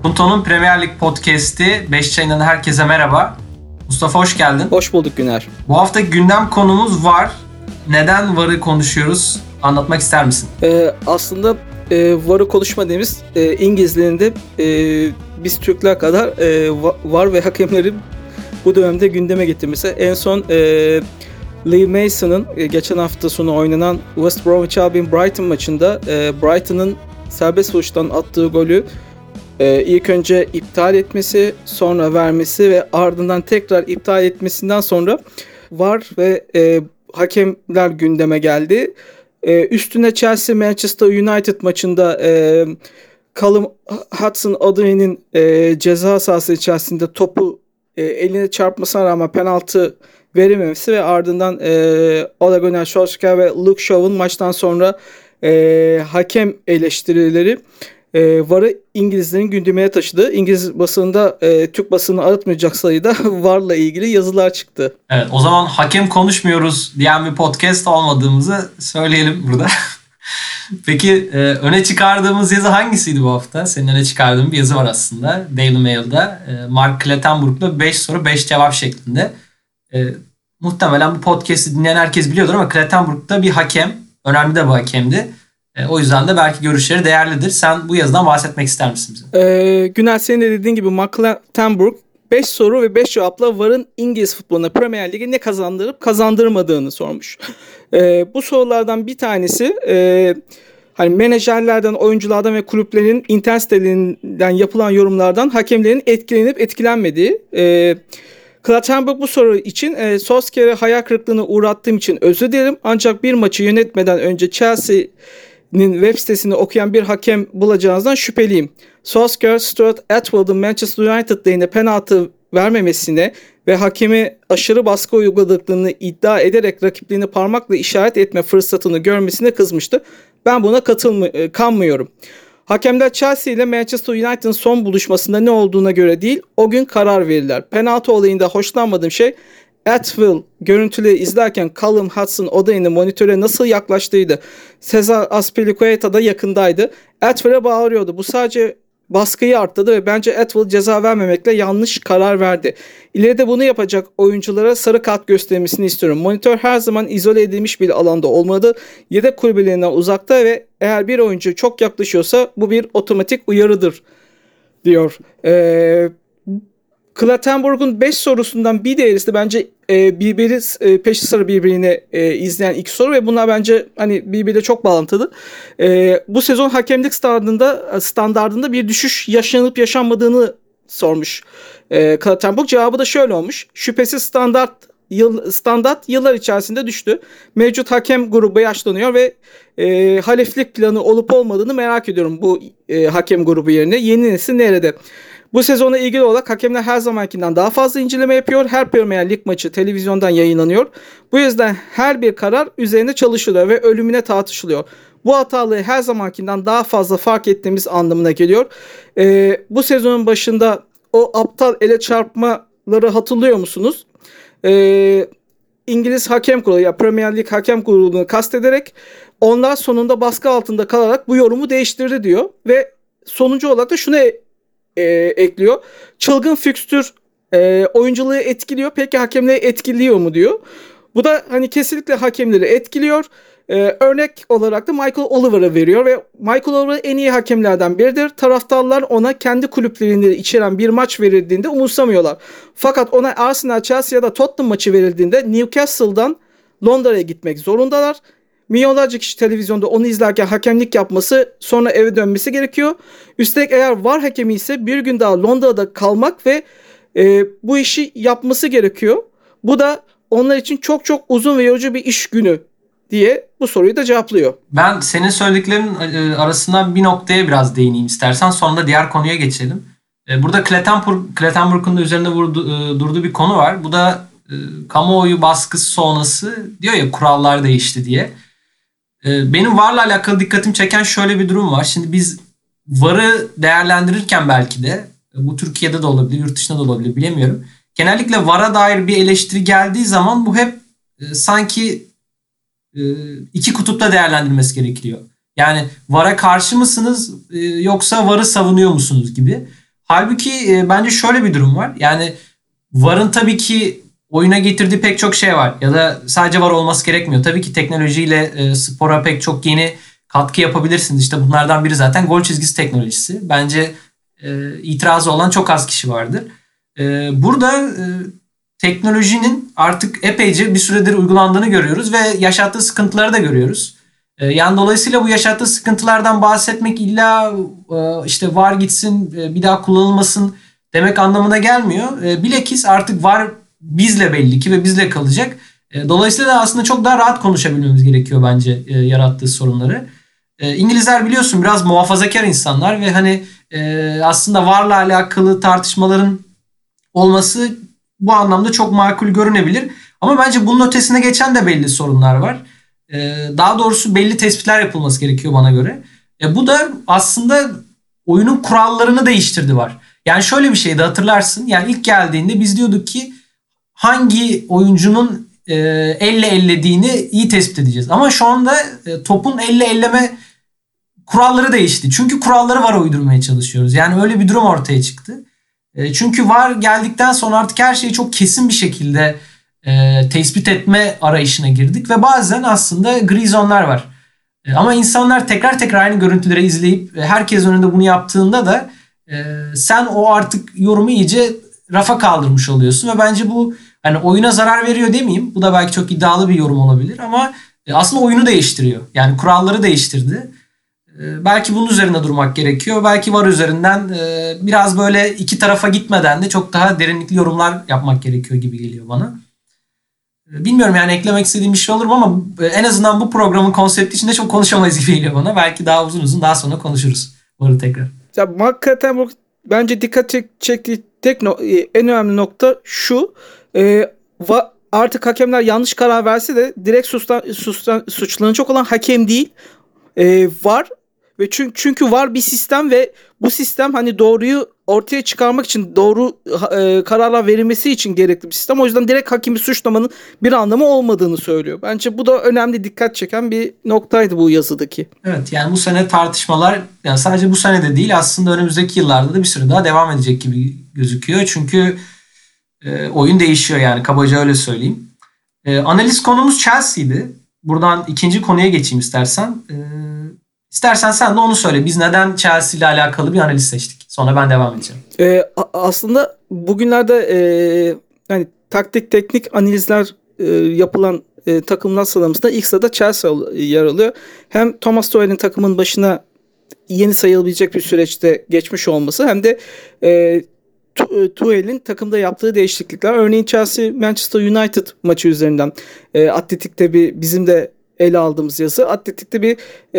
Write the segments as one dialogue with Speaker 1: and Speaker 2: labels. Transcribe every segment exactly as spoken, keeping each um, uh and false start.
Speaker 1: Punto'nun Premier Lig Podcast'i beş Çayı'ndan herkese merhaba. Mustafa hoş geldin.
Speaker 2: Hoş bulduk Güner.
Speaker 1: Bu hafta gündem konumuz V A R. Neden V A R'ı konuşuyoruz? Anlatmak ister misin?
Speaker 2: Ee, aslında e, V A R'ı konuşmadığımız e, İngilizlerin de e, biz Türkler kadar e, V A R ve hakemleri bu dönemde gündeme getirmesi. En son e, Lee Mason'ın e, geçen hafta sonu oynanan West Bromwich Albion Brighton maçında e, Brighton'ın serbest vuruştan attığı golü e, ilk önce iptal etmesi, sonra vermesi ve ardından tekrar iptal etmesinden sonra V A R ve e, hakemler gündeme geldi. Ee, üstüne Chelsea Manchester United maçında e, Callum Hudson-Odoi'nin e, ceza sahası içerisinde topu e, eline çarpmasına rağmen penaltı verememesi ve ardından e, Ole Gunnar Solskjaer ve Luke Shaw'un maçtan sonra e, hakem eleştirileri e, V A R'ı İngilizlerin gündemine taşıdı. İngiliz basında e, Türk basını arıtmayacak sayıda V A R'la ilgili yazılar çıktı.
Speaker 1: Evet, o zaman hakem konuşmuyoruz diyen bir podcast olmadığımızı söyleyelim burada. Peki e, öne çıkardığımız yazı hangisiydi bu hafta? Senin öne çıkardığın bir yazı var aslında. Daily Mail'da. E, Mark Clattenburg'la beş soru beş cevap şeklinde. E, muhtemelen bu podcast'i dinleyen herkes biliyordur ama Clattenburg da bir hakem. Önemli de bir hakemdi. E, o yüzden de belki görüşleri değerlidir. Sen bu yazıdan bahsetmek ister misin bize?
Speaker 2: Ee, Günel, senin de dediğin gibi Mark Clattenburg beş soru ve beş cevapla V A R'ın İngiliz futboluna, Premier Lig'e ne kazandırıp kazandırmadığını sormuş. Ee, bu sorulardan bir tanesi e, hani menajerlerden, oyunculardan ve kulüplerin internet sitelerinden yapılan yorumlardan hakemlerin etkilenip etkilenmediği. E, Clattenburg bu soru için e, Solskjaer'e hayal kırıklığına uğrattığım için özür dilerim. Ancak bir maçı yönetmeden önce Chelsea'nin web sitesini okuyan bir hakem bulacağınızdan şüpheliyim. Solskjaer, Stuart Atwell'ın Manchester United lehine penaltı vermemesine ve hakemi aşırı baskı uyguladıklarını iddia ederek rakiplerini parmakla işaret etme fırsatını görmesine kızmıştı. Ben buna katılmı- kanmıyorum. Hakemler Chelsea ile Manchester United'ın son buluşmasında ne olduğuna göre değil, o gün karar verirler. Penaltı olayında hoşlanmadığım şey, Atwell görüntüleri izlerken Callum Hudson-Odoi'nin monitöre nasıl yaklaştığıydı. Cesar Azpilicueta da yakındaydı. Atwell'e bağırıyordu. Bu sadece baskıyı arttırdı ve bence Atwell ceza vermemekle yanlış karar verdi. İleride bunu yapacak oyunculara sarı kart göstermesini istiyorum. Monitör her zaman izole edilmiş bir alanda olmalı. Yedek kulübelerinden uzakta ve eğer bir oyuncu çok yaklaşıyorsa bu bir otomatik uyarıdır diyor. Eee Clattenburg'un beş sorusundan bir diğerisi de bence e, birbiri e, peşi sıra birbirini e, izleyen iki soru ve bunlar bence hani birbiriyle çok bağlantılı. E, bu sezon hakemlik standartında standardında bir düşüş yaşanıp yaşanmadığını sormuş. E, Clattenburg cevabı da şöyle olmuş. Şüphesiz standart yıl, standart yıllar içerisinde düştü. Mevcut hakem grubu yaşlanıyor ve e, haleflik planı olup olmadığını merak ediyorum bu e, hakem grubu yerine. Yeni nesil nerede? Bu sezonla ilgili olarak hakemler her zamankinden daha fazla inceleme yapıyor. Her Premier Lig maçı televizyondan yayınlanıyor. Bu yüzden her bir karar üzerine çalışılıyor ve ölümüne tartışılıyor. Bu hatalığı her zamankinden daha fazla fark ettiğimiz anlamına geliyor. Ee, bu sezonun başında o aptal ele çarpmaları hatırlıyor musunuz? Ee, İngiliz hakem kurulu ya Premier Lig hakem kurulunu kastederek onlar sonunda baskı altında kalarak bu yorumu değiştirdi diyor ve sonuncu olarak da şunu E, ekliyor. Çılgın fikstür e, oyunculuğu etkiliyor. Peki hakemleri etkiliyor mu diyor. Bu da hani kesinlikle hakemleri etkiliyor. E, örnek olarak da Michael Oliver'a veriyor ve Michael Oliver en iyi hakemlerden biridir. Taraftarlar ona kendi kulüplerinde içeren bir maç verildiğinde umursamıyorlar. Fakat ona Arsenal, Chelsea ya da Tottenham maçı verildiğinde Newcastle'dan Londra'ya gitmek zorundalar. Milyonlarca kişi televizyonda onu izlerken hakemlik yapması, sonra eve dönmesi gerekiyor. Üstelik eğer V A R hakemi ise bir gün daha Londra'da kalmak ve e, bu işi yapması gerekiyor. Bu da onlar için çok çok uzun ve yorucu bir iş günü diye bu soruyu da cevaplıyor.
Speaker 1: Ben senin söylediklerin arasından bir noktaya biraz değineyim istersen. Sonra da diğer konuya geçelim. Burada Clattenburg, Clattenburg'un da üzerinde vurdu, durduğu bir konu var. Bu da kamuoyu baskısı sonrası diyor ya kurallar değişti diye. Benim V A R'la alakalı dikkatimi çeken şöyle bir durum var. Şimdi biz V A R'ı değerlendirirken belki de bu Türkiye'de de olabilir, yurt dışında da olabilir bilemiyorum. Genellikle V A R'a dair bir eleştiri geldiği zaman bu hep e, sanki e, iki kutupta değerlendirilmesi gerekiyor. Yani V A R'a karşı mısınız e, yoksa V A R'ı savunuyor musunuz gibi. Halbuki e, bence şöyle bir durum var. Yani V A R'ın tabii ki oyuna getirdiği pek çok şey var. Ya da sadece V A R olması gerekmiyor. Tabii ki teknolojiyle e, spora pek çok yeni katkı yapabilirsiniz. İşte bunlardan biri zaten gol çizgisi teknolojisi. Bence e, itirazı olan çok az kişi vardır. E, burada e, teknolojinin artık epeyce bir süredir uygulandığını görüyoruz ve yaşattığı sıkıntıları da görüyoruz. E, yani dolayısıyla bu yaşattığı sıkıntılardan bahsetmek illa e, işte V A R gitsin, e, bir daha kullanılmasın demek anlamına gelmiyor. E, bilakis artık V A R bizle belli ki ve bizle kalacak. E, dolayısıyla aslında çok daha rahat konuşabilmemiz gerekiyor bence e, yarattığı sorunları. E, İngilizler biliyorsun biraz muhafazakar insanlar ve hani e, aslında V A R'la alakalı tartışmaların olması bu anlamda çok makul görünebilir. Ama bence bunun ötesine geçen de belli sorunlar var. E, daha doğrusu belli tespitler yapılması gerekiyor bana göre. E, bu da aslında oyunun kurallarını değiştirdi var. Yani şöyle bir şeydi, hatırlarsın. Yani ilk geldiğinde biz diyorduk ki hangi oyuncunun e, elle ellediğini iyi tespit edeceğiz. Ama şu anda e, topun elle elleme kuralları değişti. Çünkü kuralları V A R'a uydurmaya çalışıyoruz. Yani öyle bir durum ortaya çıktı. E, çünkü V A R geldikten sonra artık her şeyi çok kesin bir şekilde e, tespit etme arayışına girdik ve bazen aslında gri zonlar var. E, ama insanlar tekrar tekrar aynı görüntüleri izleyip e, herkes önünde bunu yaptığında da e, sen o artık yorumu iyice rafa kaldırmış oluyorsun ve bence bu hani oyuna zarar veriyor demeyeyim. Bu da belki çok iddialı bir yorum olabilir ama e, aslında oyunu değiştiriyor. Yani kuralları değiştirdi. E, belki bunun üzerine durmak gerekiyor. Belki V A R üzerinden e, biraz böyle iki tarafa gitmeden de çok daha derinlikli yorumlar yapmak gerekiyor gibi geliyor bana. E, bilmiyorum yani eklemek istediğim bir şey olur mu ama e, en azından bu programın konsepti içinde çok konuşamayız gibi geliyor bana. Belki daha uzun uzun daha sonra konuşuruz. V A R'ı tekrar.
Speaker 2: Ya Mark Clattenburg bence dikkat çek- çektiği tek no- en önemli nokta şu. E, va- artık hakemler yanlış karar verse de direkt sustan, sustan, suçlanacak olan hakem değil. E, var ve çünkü çünkü var bir sistem ve bu sistem hani doğruyu ortaya çıkarmak için doğru e, kararlar verilmesi için gerekli bir sistem. O yüzden direkt hakemi suçlamanın bir anlamı olmadığını söylüyor. Bence bu da önemli, dikkat çeken bir noktaydı bu yazıdaki.
Speaker 1: Evet yani bu sene tartışmalar yani sadece bu sene de değil aslında önümüzdeki yıllarda da bir süre daha devam edecek gibi gözüküyor. Çünkü e, oyun değişiyor yani kabaca öyle söyleyeyim. E, analiz konumuz Chelsea'ydi. Buradan ikinci konuya geçeyim istersen. E, istersen sen de onu söyle. Biz neden Chelsea ile alakalı bir analiz seçtik? Sonra ben devam edeceğim.
Speaker 2: E, a- aslında bugünlerde e, yani taktik teknik analizler e, yapılan e, takımlar sıralamasında ilk sırada Chelsea yer alıyor. Hem Thomas Tuchel'in takımın başına yeni sayılabilecek bir süreçte geçmiş olması hem de e, Tuchel'in takımda yaptığı değişiklikler. Örneğin Chelsea Manchester United maçı üzerinden e, Atletik'te bir bizim de ele aldığımız yazı. Atletik'te bir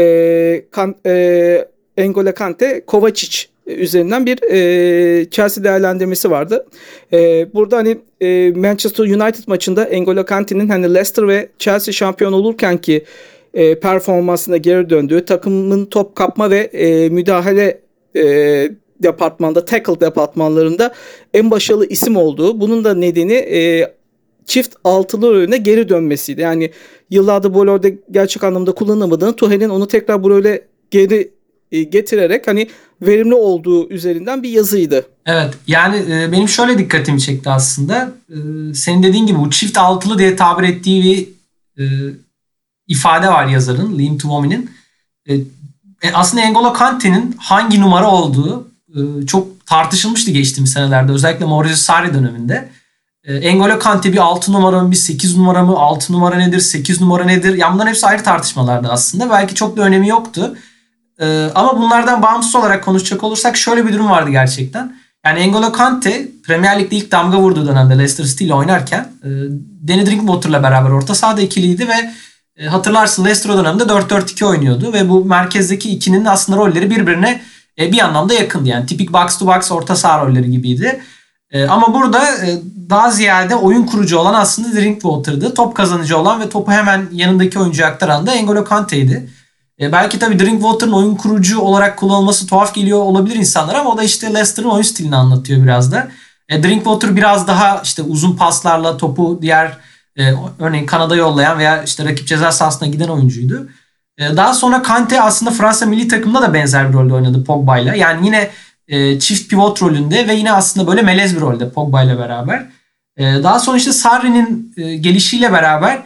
Speaker 2: e, kan, e, N'Golo Kante Kovacic üzerinden bir e, Chelsea değerlendirmesi vardı. E, burada hani e, Manchester United maçında N'Golo Kante'nin hani Leicester ve Chelsea şampiyon olurken ki e, performansına geri döndüğü, takımın top kapma ve e, müdahale e, departmanda, tackle departmanlarında en başarılı isim olduğu. Bunun da nedeni e, çift altılı oyuna geri dönmesiydi. Yani yıllardır bu rolde gerçek anlamda kullanılmadığını, Tuchel'in onu tekrar bu role geri e, getirerek hani verimli olduğu üzerinden bir yazıydı.
Speaker 1: Evet yani e, benim şöyle dikkatimi çekti aslında. E, senin dediğin gibi bu çift altılı diye tabir ettiği bir e, ifade var yazarın, Liam Twomey'nin. E, aslında N'Golo Kante'nin hangi numara olduğu e, çok tartışılmıştı geçtiğimiz senelerde. Özellikle Maurizio Sarri döneminde. E, N'Golo Kante bir altı numara mı, bir sekiz numara mı, altı numara nedir, sekiz numara nedir? Ya bunların hepsi ayrı tartışmalardı aslında. Belki çok da önemi yoktu. E, ama bunlardan bağımsız olarak konuşacak olursak şöyle bir durum vardı gerçekten. Yani N'Golo Kante Premier Lig'de ilk damga vurduğu dönemde Leicester City ile oynarken e, Danny Drinkwater'la beraber orta sahada ikiliydi ve e, hatırlarsın Leicester o dönemde dört dört iki oynuyordu ve bu merkezdeki ikinin aslında rolleri birbirine e, bir anlamda yakındı. Yani tipik box to box orta saha rolleri gibiydi. E, ama burada e, daha ziyade oyun kurucu olan aslında Drinkwater'dı. Top kazanıcı olan ve topu hemen yanındaki oyuncuya aktaran da N'Golo Kante'ydi. E, belki tabii Drinkwater'ın oyun kurucu olarak kullanılması tuhaf geliyor olabilir insanlara ama o da işte Leicester'ın oyun stilini anlatıyor biraz da. E, Drinkwater biraz daha işte uzun paslarla topu diğer e, örneğin kanada yollayan veya işte rakip ceza sahasına giden oyuncuydu. E, daha sonra Kante aslında Fransa milli takımında da benzer bir rolde oynadı Pogba'yla. Yani yine e, çift pivot rolünde ve yine aslında böyle melez bir rolde Pogba ile beraber. E, daha sonra işte Sarri'nin e, gelişiyle beraber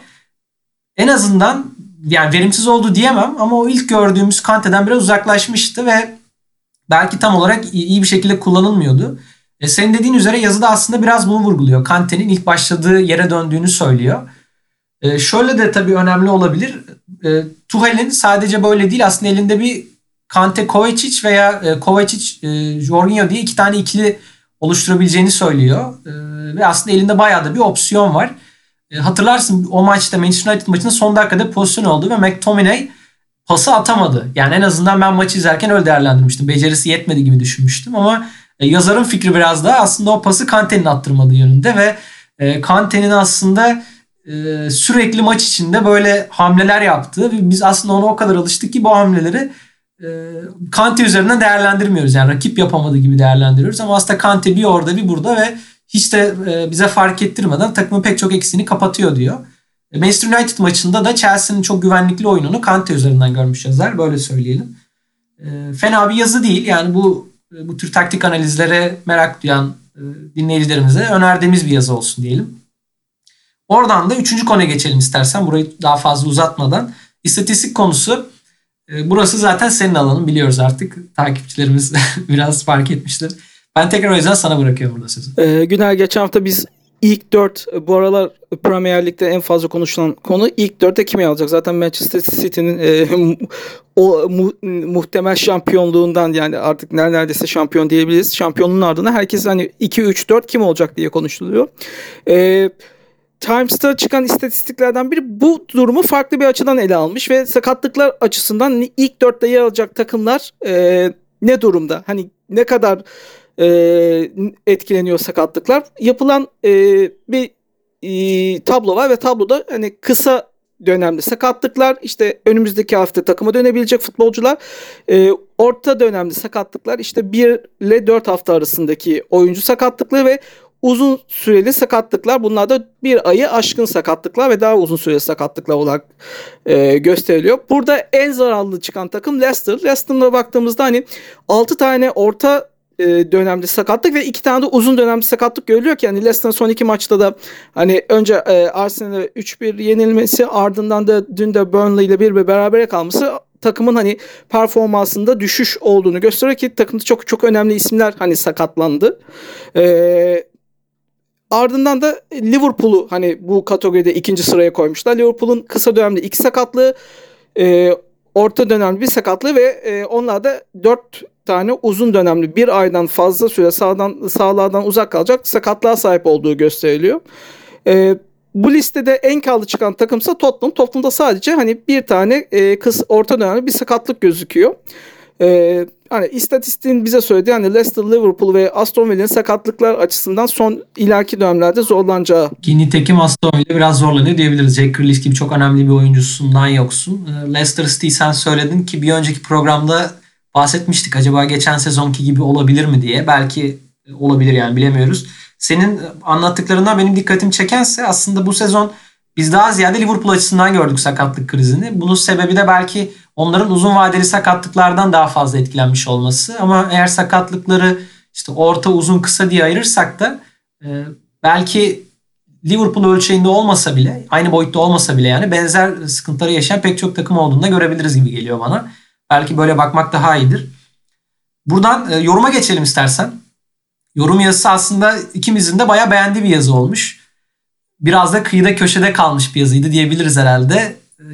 Speaker 1: en azından yani verimsiz oldu diyemem ama o ilk gördüğümüz Kante'den biraz uzaklaşmıştı ve belki tam olarak iyi, iyi bir şekilde kullanılmıyordu. E, senin dediğin üzere yazıda aslında biraz bunu vurguluyor. Kante'nin ilk başladığı yere döndüğünü söylüyor. E, şöyle de tabii önemli olabilir. E, Tuchel'in sadece böyle değil aslında elinde bir Kante Kovacic veya e, Kovacic e, Jorginho diye iki tane ikili oluşturabileceğini söylüyor. E, ve aslında elinde bayağı da bir opsiyon var. E, hatırlarsın o maçta Manchester United maçında son dakikada pozisyon oldu ve McTominay pası atamadı. Yani en azından ben maçı izlerken öyle değerlendirmiştim. Becerisi yetmedi gibi düşünmüştüm ama e, yazarın fikri biraz daha aslında o pası Kante'nin attırmadığı yönünde ve e, Kante'nin aslında e, sürekli maç içinde böyle hamleler yaptığı ve biz aslında ona o kadar alıştık ki bu hamleleri e, Kante üzerinden değerlendirmiyoruz. Yani rakip yapamadığı gibi değerlendiriyoruz ama aslında Kante bir orada bir burada ve hiç de e, bize fark ettirmeden takımın pek çok eksiğini kapatıyor diyor. Manchester United maçında da Chelsea'nin çok güvenlikli oyununu Kante üzerinden görmüş yazar. Böyle söyleyelim. E, fena bir yazı değil. Yani bu bu tür taktik analizlere merak duyan e, dinleyicilerimize önerdiğimiz bir yazı olsun diyelim. Oradan da üçüncü konuya geçelim istersen. Burayı daha fazla uzatmadan. İstatistik konusu. E, burası zaten senin alanın biliyoruz artık. Takipçilerimiz biraz fark etmiştir. Ben tekrar o yüzden sana bırakıyorum burada sözü.
Speaker 2: Ee, Günel geçen hafta biz ilk dört bu aralar Premier Lig'de en fazla konuşulan konu ilk dörtte kimi alacak? Zaten Manchester City'nin e, o mu, muhtemel şampiyonluğundan yani artık neredeyse şampiyon diyebiliriz. Şampiyonluğun ardından herkes hani iki üç dört kim olacak diye konuşuluyor. Eee Times'ta çıkan istatistiklerden biri bu durumu farklı bir açıdan ele almış ve sakatlıklar açısından ilk dörtte yer alacak takımlar e, ne durumda? Hani ne kadar e, etkileniyor sakatlıklar? Yapılan e, bir e, tablo var ve tabloda hani kısa dönemli sakatlıklar, işte önümüzdeki hafta takıma dönebilecek futbolcular, e, orta dönemli sakatlıklar, işte bir ile dört hafta arasındaki oyuncu sakatlıkları ve uzun süreli sakatlıklar, bunlar da bir ayı aşkın sakatlıklar ve daha uzun süreli sakatlıklar olarak e, gösteriliyor. Burada en zararlı çıkan takım Leicester. Leicester'a baktığımızda hani altı tane orta e, dönemli sakatlık ve iki tane de uzun dönemli sakatlık görülüyor ki hani Leicester'ın son iki maçta da hani önce e, Arsenal'e üç bir yenilmesi, ardından da dün de Burnley ile bir bir berabere kalması takımın hani performansında düşüş olduğunu gösteriyor ki takımda çok çok önemli isimler hani sakatlandı. Eee Ardından da Liverpool'u hani bu kategoride ikinci sıraya koymuşlar. Liverpool'un kısa dönemli iki sakatlığı, e, orta dönemli bir sakatlığı ve e, onlar da dört tane uzun dönemli bir aydan fazla süre sağdan sağlardan uzak kalacak sakatlığa sahip olduğu gösteriliyor. E, bu listede en kaldı çıkan takımsa Tottenham. Tottenham'da sadece hani bir tane e, kısa orta dönemli bir sakatlık gözüküyor. Ee, hani istatistiğin bize söylediği hani Leicester, Liverpool ve Aston Villa'nın sakatlıklar açısından son ileriki dönemlerde zorlanacağı.
Speaker 1: Ki nitekim Aston Villa biraz zorlanıyor diyebiliriz. Jack Grealish gibi çok önemli bir oyuncusundan yoksun. Leicester City'yi sen söyledin ki bir önceki programda bahsetmiştik. Acaba geçen sezonki gibi olabilir mi diye. Belki olabilir yani bilemiyoruz. Senin anlattıklarından benim dikkatimi çekense aslında bu sezon biz daha ziyade Liverpool açısından gördük sakatlık krizini. Bunun sebebi de belki onların uzun vadeli sakatlıklardan daha fazla etkilenmiş olması. Ama eğer sakatlıkları işte orta, uzun, kısa diye ayırırsak da e, belki Liverpool ölçeğinde olmasa bile, aynı boyutta olmasa bile yani benzer sıkıntıları yaşayan pek çok takım olduğunu da görebiliriz gibi geliyor bana. Belki böyle bakmak daha iyidir. Buradan e, yoruma geçelim istersen. Yorum yazısı aslında ikimizin de bayağı beğendiği bir yazı olmuş. Biraz da kıyıda köşede kalmış bir yazıydı diyebiliriz herhalde.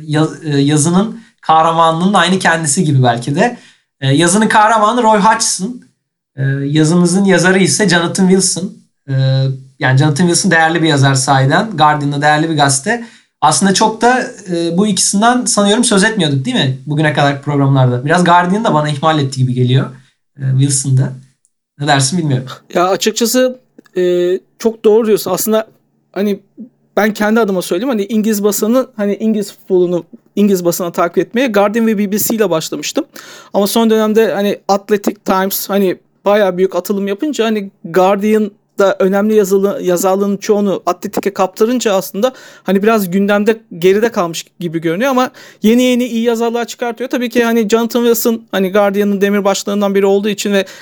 Speaker 1: Yazının kahramanının aynı kendisi gibi belki de. Yazının kahramanı Roy Hodgson. Yazımızın yazarı ise Jonathan Wilson. Yani Jonathan Wilson değerli bir yazar sahiden. Guardian'da değerli bir gazete. Aslında çok da bu ikisinden sanıyorum söz etmiyorduk değil mi? Bugüne kadar programlarda. Biraz Guardian da bana ihmal etti gibi geliyor. Wilson'da. Ne dersin bilmiyorum.
Speaker 2: Ya açıkçası e, çok doğru diyorsun. Aslında hani ben kendi adıma söyleyeyim, hani İngiliz basını, hani İngiliz futbolunu İngiliz basına takip etmeye Guardian ve B B C ile başlamıştım. Ama son dönemde hani Athletic Times hani bayağı büyük atılım yapınca hani Guardian'da önemli yazılı, yazarlığının çoğunu Athletic'e kaptırınca aslında hani biraz gündemde geride kalmış gibi görünüyor ama yeni yeni iyi yazarlar çıkartıyor. Tabii ki hani Jonathan Wilson hani Guardian'ın demirbaşlarından biri olduğu için ve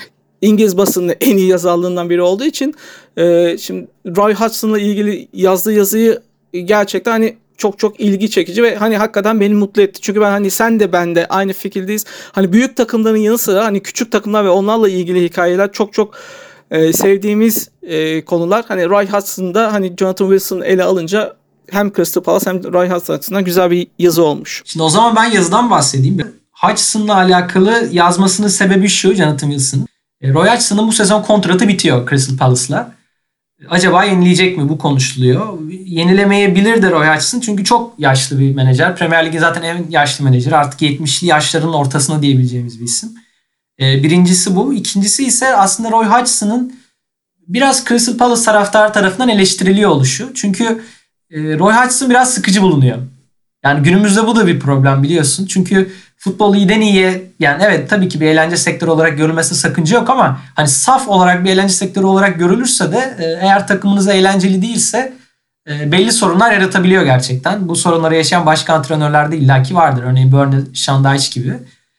Speaker 2: İngiliz basının en iyi yazarlarından biri olduğu için e, şimdi Roy Hodgson'la ilgili yazdığı yazıyı gerçekten hani çok çok ilgi çekici ve hani hakikaten beni mutlu etti. Çünkü ben hani sen de ben de aynı fikirdeyiz. Hani büyük takımların yanı sıra hani küçük takımlar ve onlarla ilgili hikayeler çok çok e, sevdiğimiz e, konular. Hani Roy Hodgson'da hani Jonathan Wilson'ı ele alınca hem Crystal Palace hem Roy Hodgson açısından güzel bir yazı olmuş.
Speaker 1: Şimdi o zaman ben yazıdan bahsedeyim. Hodgson'la alakalı yazmasının sebebi şu, Jonathan Wilson. Roy Hodgson'ın bu sezon kontratı bitiyor Crystal Palace'la. Acaba yenileyecek mi? Bu konuşuluyor. Yenilemeyebilir de Roy Hodgson çünkü çok yaşlı bir menajer. Premier Lig'in zaten en yaşlı menajeri. Artık yetmişli yaşlarının ortasına diyebileceğimiz bir isim. Birincisi bu. İkincisi ise aslında Roy Hodgson'ın biraz Crystal Palace taraftarı tarafından eleştiriliyor oluşu. Çünkü Roy Hodgson biraz sıkıcı bulunuyor. Yani günümüzde bu da bir problem biliyorsun. Çünkü futbol iyiden iyiye, yani evet tabii ki bir eğlence sektörü olarak görülmesi sakınca yok ama hani saf olarak bir eğlence sektörü olarak görülürse de eğer takımınız eğlenceli değilse belli sorunlar yaratabiliyor gerçekten. Bu sorunları yaşayan başka antrenörler de illaki vardır. Örneğin Burnley, Shandaiç gibi.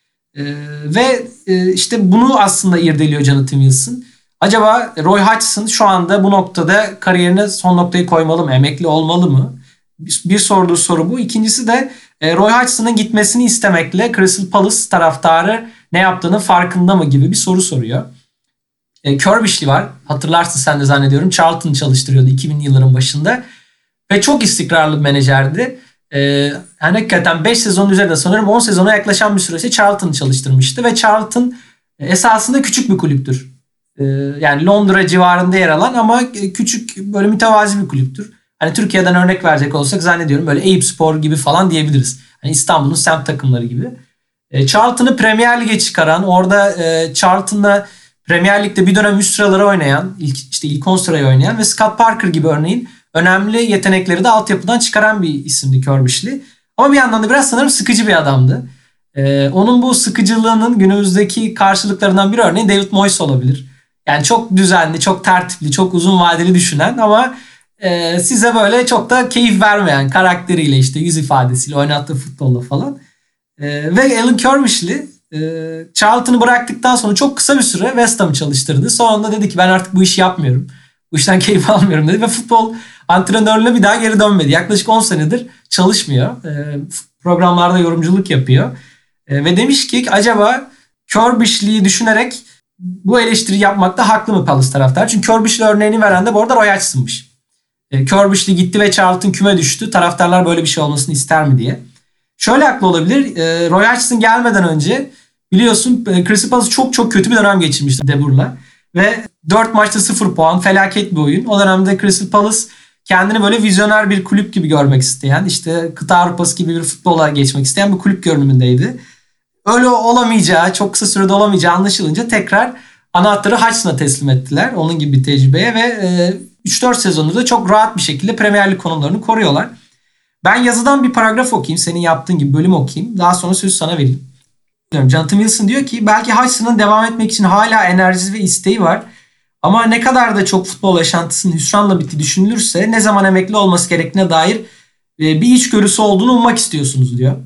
Speaker 1: Ve işte bunu aslında irdeliyor Jonathan Wilson. Acaba Roy Hodgson şu anda bu noktada kariyerine son noktayı koymalı mı? Emekli olmalı mı? Bir sorduğu soru bu. İkincisi de Roy Hodgson'ın gitmesini istemekle Crystal Palace taraftarı ne yaptığının farkında mı gibi bir soru soruyor. Kirbishley var. Hatırlarsın sen de zannediyorum. Charlton çalıştırıyordu iki binli yılların başında. Ve çok istikrarlı bir menajerdi. Ee, hani hakikaten beş sezonun üzerinde sanırım on sezona yaklaşan bir süresi Charlton'ı çalıştırmıştı. Ve Charlton esasında küçük bir kulüptür. Ee, yani Londra civarında yer alan ama küçük böyle mütevazi bir kulüptür. Hani Türkiye'den örnek verecek olsak zannediyorum böyle Eyüpspor gibi falan diyebiliriz. Hani İstanbul'un semt takımları gibi. E, Charlton'ı Premier Lig'e çıkaran, orada e, Charlton'la Premier Lig'de bir dönem üst sıraları oynayan, ilk, işte ilk on sırayı oynayan ve Scott Parker gibi örneğin önemli yetenekleri de altyapıdan çıkaran bir isimdi Kirbishley. Ama bir yandan da biraz sanırım sıkıcı bir adamdı. E, onun bu sıkıcılığının günümüzdeki karşılıklarından biri örneğin David Moyes olabilir. Yani çok düzenli, çok tertipli, çok uzun vadeli düşünen ama Ee, size böyle çok da keyif vermeyen karakteriyle işte yüz ifadesiyle oynattığı futbolla falan. Ee, ve Alan Kirbishley e, Charlton'ı bıraktıktan sonra çok kısa bir süre West Ham'ı çalıştırdı. Sonra dedi ki ben artık bu işi yapmıyorum. Bu işten keyif almıyorum dedi ve futbol antrenörlüğüne bir daha geri dönmedi. Yaklaşık on senedir çalışmıyor. Ee, programlarda yorumculuk yapıyor. Ee, ve demiş ki acaba Kirbishley'i düşünerek bu eleştiri yapmakta haklı mı Palace taraftar? Çünkü Kirbishley örneğini veren de bu arada Roy Hodgson'mış. Kirbishley gitti ve Charlton küme düştü. Taraftarlar böyle bir şey olmasını ister mi diye. Şöyle haklı olabilir. Roy Hodgson gelmeden önce biliyorsun Crystal Palace çok çok kötü bir dönem geçirmişti De Boer'la. Ve dört maçta sıfır puan, felaket bir oyun. O dönemde Crystal Palace kendini böyle vizyoner bir kulüp gibi görmek isteyen, işte kıta Avrupası gibi bir futbola geçmek isteyen bir kulüp görünümündeydi. Öyle olamayacağı, çok kısa sürede olamayacağı anlaşılınca tekrar anahtarı Hodgson'a teslim ettiler. Onun gibi bir tecrübeye ve üç dört sezonda da çok rahat bir şekilde Premier Lig konumlarını koruyorlar. Ben yazıdan bir paragraf okuyayım. Senin yaptığın gibi bölüm okuyayım. Daha sonra sözü sana vereyim. Jonathan Wilson diyor ki belki Hodgson'ın devam etmek için hala enerjisi ve isteği var. Ama ne kadar da çok futbol yaşantısının hüsranla bitti düşünülürse ne zaman emekli olması gerektiğine dair bir içgörüsü olduğunu ummak istiyorsunuz diyor.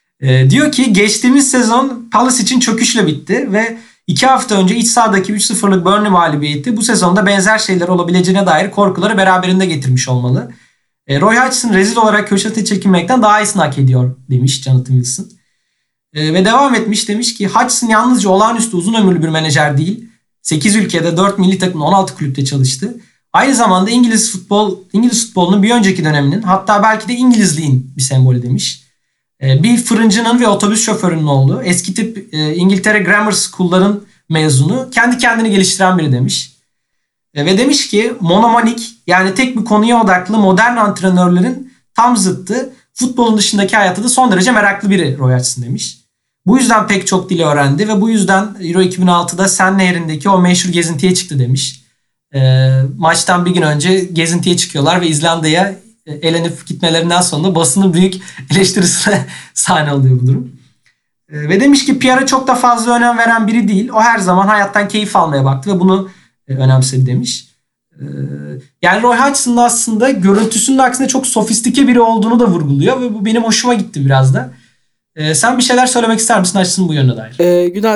Speaker 1: Diyor ki geçtiğimiz sezon Palace için çöküşle bitti ve İki hafta önce iç sahadaki üç sıfırlık Burnley mağlubiyeti bu sezonda benzer şeyler olabileceğine dair korkuları beraberinde getirmiş olmalı. E, Roy Hodgson rezil olarak köşete çekilmekten daha iyisini hak ediyor demiş Jonathan Wilson. E, ve devam etmiş demiş ki Hodgson yalnızca olağanüstü uzun ömürlü bir menajer değil. sekiz ülkede dört milli takımda on altı kulüpte çalıştı. Aynı zamanda İngiliz futbol İngiliz futbolunun bir önceki döneminin hatta belki de İngilizliğin bir sembolü demiş. Bir fırıncının ve otobüs şoförünün oğlu. Eski tip e, İngiltere Grammar School'ların mezunu. Kendi kendini geliştiren biri demiş. E, ve demiş ki monomanik yani tek bir konuya odaklı modern antrenörlerin tam zıttı. Futbolun dışındaki hayata da son derece meraklı biri Roy Hodgson demiş. Bu yüzden pek çok dili öğrendi ve bu yüzden Euro iki bin altıda Sen Nehri'ndeki o meşhur gezintiye çıktı demiş. E, maçtan bir gün önce gezintiye çıkıyorlar ve İzlanda'ya elenip gitmelerinden sonra basının büyük eleştirisine sahne oluyor bu durum. E, ve demiş ki P R'a çok da fazla önem veren biri değil. O her zaman hayattan keyif almaya baktı ve bunu e, önemsedi demiş. E, yani Roy Hodgson'ın aslında görüntüsünün aksine çok sofistike biri olduğunu da vurguluyor ve bu benim hoşuma gitti biraz da. E, sen bir şeyler söylemek ister misin Hodgson'ın bu yönüne dair?
Speaker 2: E, Günay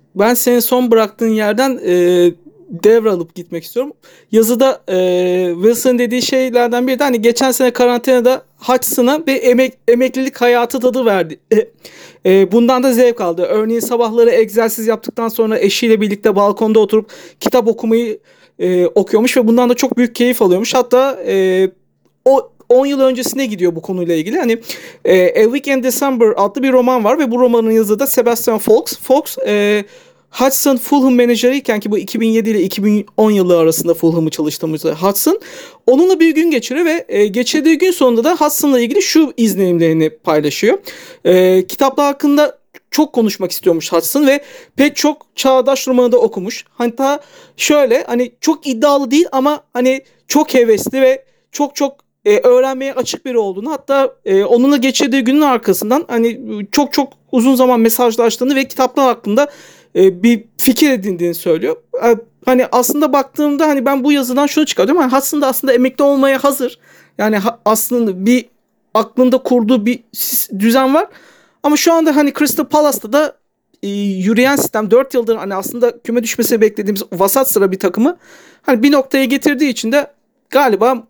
Speaker 2: ben senin son bıraktığın yerden e, devralıp gitmek istiyorum. Yazıda e, Wilson dediği şeylerden biri de hani geçen sene karantinada Hutchison'a bir emek, emeklilik hayatı tadı verdi. E, e, bundan da zevk aldı. Örneğin sabahları egzersiz yaptıktan sonra eşiyle birlikte balkonda oturup kitap okumayı e, okuyormuş ve bundan da çok büyük keyif alıyormuş. Hatta e, o on yıl öncesine gidiyor bu konuyla ilgili. Hani e, A Week in December adlı bir roman var ve bu romanın yazarı da Sebastian Faulks. Faulks e, Hudson Fulham menajeriyken, ki bu iki bin yedi ile iki bin on yılı arasında Fulham'ı çalıştığımızda Hudson onunla bir gün geçiriyor ve e, geçirdiği gün sonunda da Hudson'la ilgili şu izlenimlerini paylaşıyor. E, kitaplar hakkında çok konuşmak istiyormuş Hudson ve pek çok çağdaş romanı da okumuş. Hatta şöyle, hani çok iddialı değil ama hani çok hevesli ve çok çok e, öğrenmeye açık biri olduğunu, hatta e, onunla geçirdiği günün arkasından hani çok çok uzun zaman mesajlaştığını ve kitaplar hakkında e, bir fikir edindiğini söylüyor. E, hani aslında baktığımda hani ben bu yazıdan şunu çıkarıyorum. Yani aslında aslında emekli olmaya hazır. Yani ha, aslında bir aklında kurduğu bir düzen var. Ama şu anda hani Crystal Palace'ta da e, yürüyen sistem dört yıldır hani aslında küme düşmesini beklediğimiz vasat sıra bir takımı hani bir noktaya getirdiği için de galiba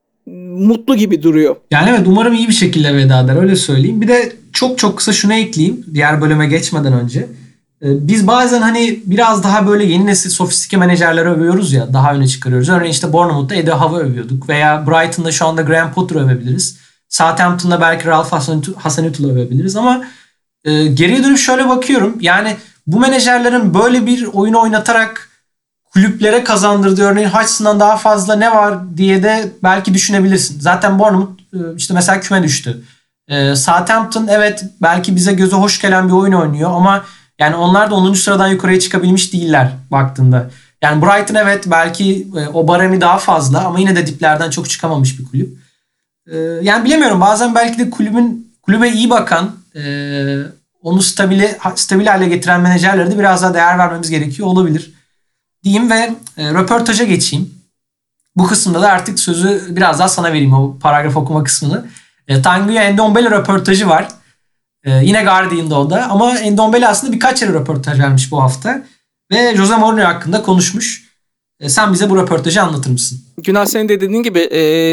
Speaker 2: mutlu gibi duruyor.
Speaker 1: Yani evet, umarım iyi bir şekilde veda eder, öyle söyleyeyim. Bir de çok çok kısa şunu ekleyeyim diğer bölüme geçmeden önce. Ee, Biz bazen hani biraz daha böyle yeni nesil sofistike menajerleri övüyoruz ya, daha öne çıkarıyoruz. Örneğin işte Bournemouth'ta Eddie Howe'ı övüyorduk veya Brighton'da şu anda Graham Potter'ı övebiliriz. Southampton'da belki Ralph Hasenhüttl'ı övebiliriz ama e, geriye dönüp şöyle bakıyorum. Yani bu menajerlerin böyle bir oyunu oynatarak kulüplere kazandırdığı, örneğin Hutchison'dan daha fazla ne var diye de belki düşünebilirsin. Zaten Bournemouth e, işte mesela küme düştü. E, Southampton evet belki bize göze hoş gelen bir oyun oynuyor ama yani onlar da onuncu sıradan yukarıya çıkabilmiş değiller baktığında. Yani Brighton evet belki e, o baremi daha fazla ama yine de diplerden çok çıkamamış bir kulüp. E, yani bilemiyorum, bazen belki de kulübün kulübe iyi bakan, e, onu stabile, stabil hale getiren menajerlere de biraz daha değer vermemiz gerekiyor olabilir diyeyim ve e, röportaja geçeyim. Bu kısımda da artık sözü biraz daha sana vereyim, o paragraf okuma kısmını. E, Tanguy Ndombele röportajı var. E, yine Guardian'da o da. Ama Ndombele aslında birkaç yere röportaj vermiş bu hafta. Ve Jose Mourinho hakkında konuşmuş. E, sen bize bu röportajı anlatır mısın?
Speaker 2: Günah, senin de dediğin gibi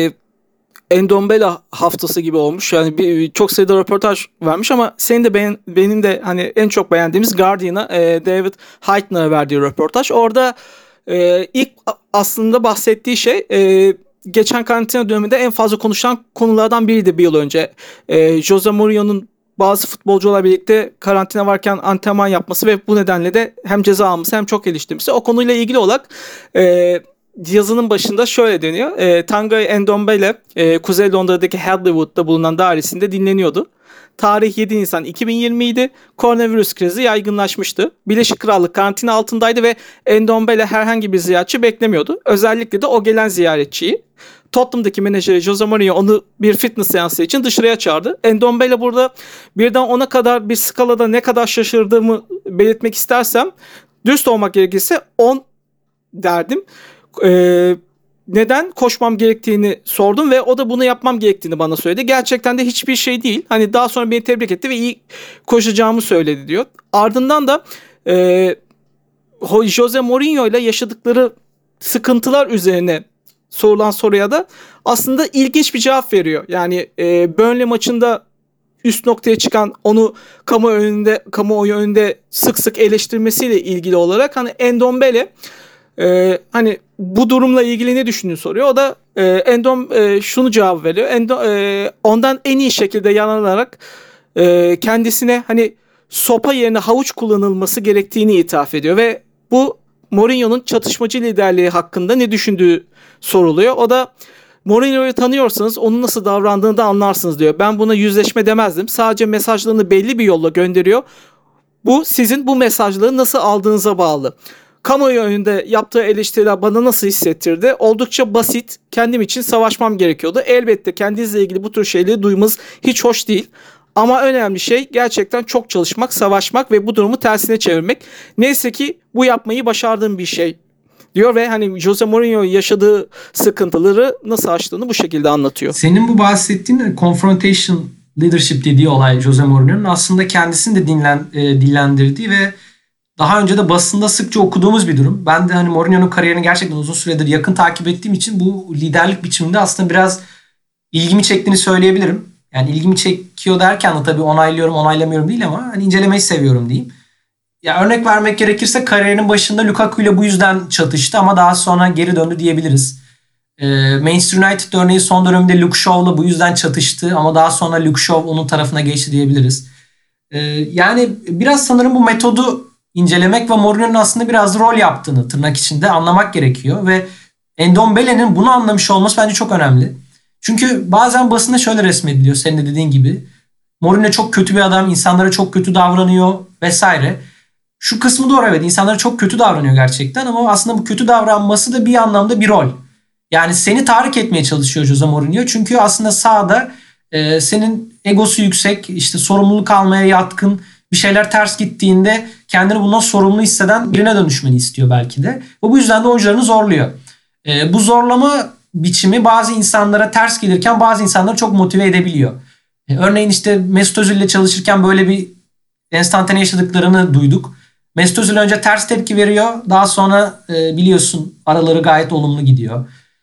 Speaker 2: e, Ndombele haftası gibi olmuş. Yani bir, çok sayıda röportaj vermiş ama senin de beğen, benim de hani en çok beğendiğimiz Guardian'a e, David Heitner'a verdiği röportaj. Orada e, ilk aslında bahsettiği şey e, geçen karantina döneminde en fazla konuşulan konulardan biriydi bir yıl önce. E, Jose Mourinho'nun bazı futbolcularla birlikte karantina varken antrenman yapması ve bu nedenle de hem ceza alması hem çok eleştirmesi. O konuyla ilgili olarak e, yazının başında şöyle deniyor. E, Tanguy Ndombele e, Kuzey Londra'daki Hadleywood'da bulunan dairesinde dinleniyordu. Tarih yedi Nisan iki bin yirmi idi. Koronavirüs krizi yaygınlaşmıştı. Birleşik Krallık karantina altındaydı ve Ndombele herhangi bir ziyaretçi beklemiyordu. Özellikle de o gelen ziyaretçiyi. Tottenham'daki menajeri Jose Mourinho onu bir fitness seansı için dışarıya çağırdı. Ndombele burada birden ona kadar bir skalada ne kadar şaşırdığımı belirtmek istersem, dürüst olmak gerekirse on derdim. Ee, neden koşmam gerektiğini sordum ve o da bunu yapmam gerektiğini bana söyledi. Gerçekten de hiçbir şey değil. Hani daha sonra beni tebrik etti ve iyi koşacağımı söyledi diyor. Ardından da e, Jose Mourinho ile yaşadıkları sıkıntılar üzerine sorulan soruya da aslında ilginç bir cevap veriyor. Yani e, Burnley maçında üst noktaya çıkan, onu kamu önünde, kamuoyu önünde sık sık eleştirmesiyle ilgili olarak hani Ndombele e, hani bu durumla ilgili ne düşündüğünü soruyor. O da e, Endom e, şunu cevap veriyor. Endo, e, ondan en iyi şekilde yararlanarak e, kendisine hani sopa yerine havuç kullanılması gerektiğini itiraf ediyor ve bu Mourinho'nun çatışmacı liderliği hakkında ne düşündüğü soruluyor. O da Mourinho'yu tanıyorsanız onun nasıl davrandığını da anlarsınız diyor. Ben buna yüzleşme demezdim. Sadece mesajlarını belli bir yolla gönderiyor. Bu sizin bu mesajları nasıl aldığınıza bağlı. Kamuoyu önünde yaptığı eleştiriler bana nasıl hissettirdi? Oldukça basit. Kendim için savaşmam gerekiyordu. Elbette kendinizle ilgili bu tür şeyleri duymanız hiç hoş değil. Ama önemli şey gerçekten çok çalışmak, savaşmak ve bu durumu tersine çevirmek. Neyse ki bu yapmayı başardığım bir şey diyor ve hani Jose Mourinho yaşadığı sıkıntıları nasıl aştığını bu şekilde anlatıyor.
Speaker 1: Senin bu bahsettiğin confrontation leadership dediği olay Jose Mourinho'nun aslında kendisini de dinlen, e, dillendirdiği ve daha önce de basında sıkça okuduğumuz bir durum. Ben de hani Mourinho'nun kariyerini gerçekten uzun süredir yakın takip ettiğim için bu liderlik biçiminde aslında biraz ilgimi çektiğini söyleyebilirim. Yani ilgimi çekiyor derken de tabii onaylıyorum, onaylamıyorum değil ama hani incelemeyi seviyorum diyeyim. Ya örnek vermek gerekirse kariyerinin başında Lukaku ile bu yüzden çatıştı ama daha sonra geri döndü diyebiliriz. Ee, Manchester United örneği son döneminde Luke Shaw'la bu yüzden çatıştı ama daha sonra Luke Shaw onun tarafına geçti diyebiliriz. Ee, yani biraz sanırım bu metodu incelemek ve Mourinho'nun aslında biraz rol yaptığını tırnak içinde anlamak gerekiyor ve Ndombele'nin bunu anlamış olması bence çok önemli. Çünkü bazen basında şöyle resmediliyor senin de dediğin gibi. Mourinho çok kötü bir adam, insanlara çok kötü davranıyor vesaire. Şu kısmı doğru, evet, insanlara çok kötü davranıyor gerçekten ama aslında bu kötü davranması da bir anlamda bir rol. Yani seni tahrik etmeye çalışıyor Jose Mourinho. Çünkü aslında sahada e, senin egosu yüksek, işte sorumluluk almaya yatkın, bir şeyler ters gittiğinde kendini bundan sorumlu hisseden birine dönüşmeni istiyor belki de. Ve bu yüzden de oyuncularını zorluyor. E, bu zorlama biçimi bazı insanlara ters gelirken bazı insanları çok motive edebiliyor. E, örneğin işte Mesut Özil ile çalışırken böyle bir enstantane yaşadıklarını duyduk. Mesut Özil önce ters tepki veriyor. Daha sonra e, biliyorsun araları gayet olumlu gidiyor.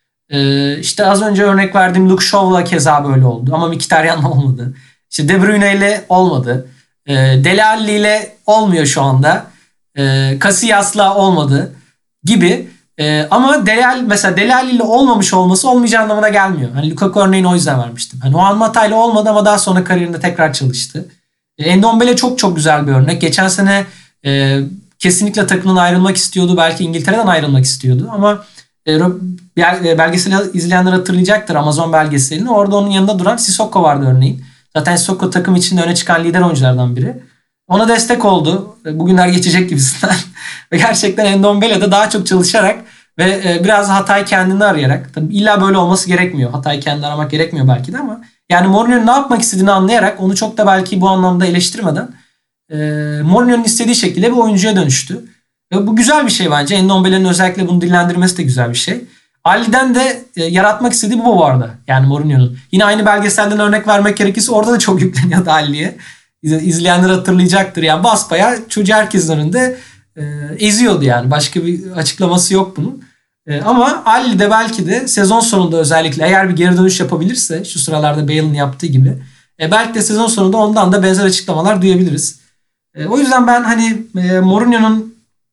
Speaker 1: E, işte az önce örnek verdiğim Luke Shaw'la keza böyle oldu. Ama Mkhitaryan'la olmadı. İşte De Bruyne ile olmadı. E, Dele Alli ile olmuyor şu anda. E, Casillas'la olmadı gibi. E, ama Dele Alli, mesela Dele Alli ile olmamış olması olmayacağı anlamına gelmiyor. Hani Lukaku örneğini o yüzden vermiştim. Hani Juan Mata ile olmadı ama daha sonra kariyerinde tekrar çalıştı. E, Ndombele çok çok güzel bir örnek. Geçen sene e, kesinlikle takımdan ayrılmak istiyordu. Belki İngiltere'den ayrılmak istiyordu. Ama e, belgeseli izleyenler hatırlayacaktır, Amazon belgeselini. Orada onun yanında duran Sissoko vardı örneğin. Zaten Sissoko takım içinde öne çıkan lider oyunculardan biri. Ona destek oldu. Bugünler geçecek gibisinden. Ve gerçekten Ndombele de daha çok çalışarak ve biraz hatayı kendinde arayarak, tabii illa böyle olması gerekmiyor. Hatayı kendinde aramak gerekmiyor belki de ama yani Mourinho'nun ne yapmak istediğini anlayarak, onu çok da belki bu anlamda eleştirmeden e, Mourinho'nun istediği şekilde bir oyuncuya dönüştü. Ve bu güzel bir şey bence. Ndombele'nin özellikle bunu dillendirmesi de güzel bir şey. Ali'den de e, yaratmak istediği bu vardı. Yani Mourinho'nun. Yine aynı belgeselden örnek vermek gerekirse orada da çok yükleniyordu Ali'ye. İzleyenler hatırlayacaktır. Yani basbayağı çocuğu herkesin önünde e, eziyordu yani. Başka bir açıklaması yok bunun. E, ama Ali de belki de sezon sonunda özellikle eğer bir geri dönüş yapabilirse, şu sıralarda Bale'ın yaptığı gibi, e, belki de sezon sonunda ondan da benzer açıklamalar duyabiliriz. E, o yüzden ben hani e, Mourinho'nun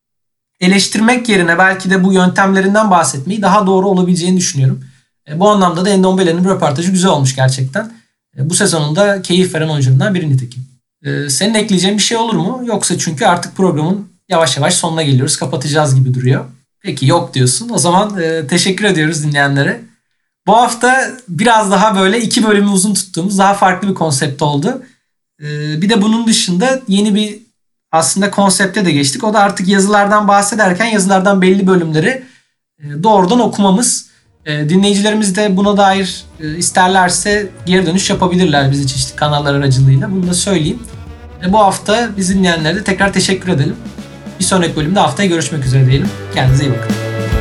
Speaker 1: eleştirmek yerine belki de bu yöntemlerinden bahsetmeyi daha doğru olabileceğini düşünüyorum. E, bu anlamda da Ndombele'nin röportajı güzel olmuş gerçekten. E, bu sezonunda keyif veren oyuncularından biri nitekim. E, senin ekleyeceğin bir şey olur mu? Yoksa çünkü artık programın yavaş yavaş sonuna geliyoruz. Kapatacağız gibi duruyor. Peki yok diyorsun. O zaman e, teşekkür ediyoruz dinleyenlere. Bu hafta biraz daha böyle iki bölümü uzun tuttuğumuz daha farklı bir konsept oldu. E, bir de bunun dışında yeni bir aslında konsepte de geçtik. O da artık yazılardan bahsederken yazılardan belli bölümleri e, doğrudan okumamız. E, dinleyicilerimiz de buna dair e, isterlerse geri dönüş yapabilirler bizi çeşitli kanallar aracılığıyla. Bunu da söyleyeyim. E, bu hafta bizi dinleyenlere de tekrar teşekkür edelim. Bir sonraki bölümde haftaya görüşmek üzere diyelim. Kendinize iyi bakın.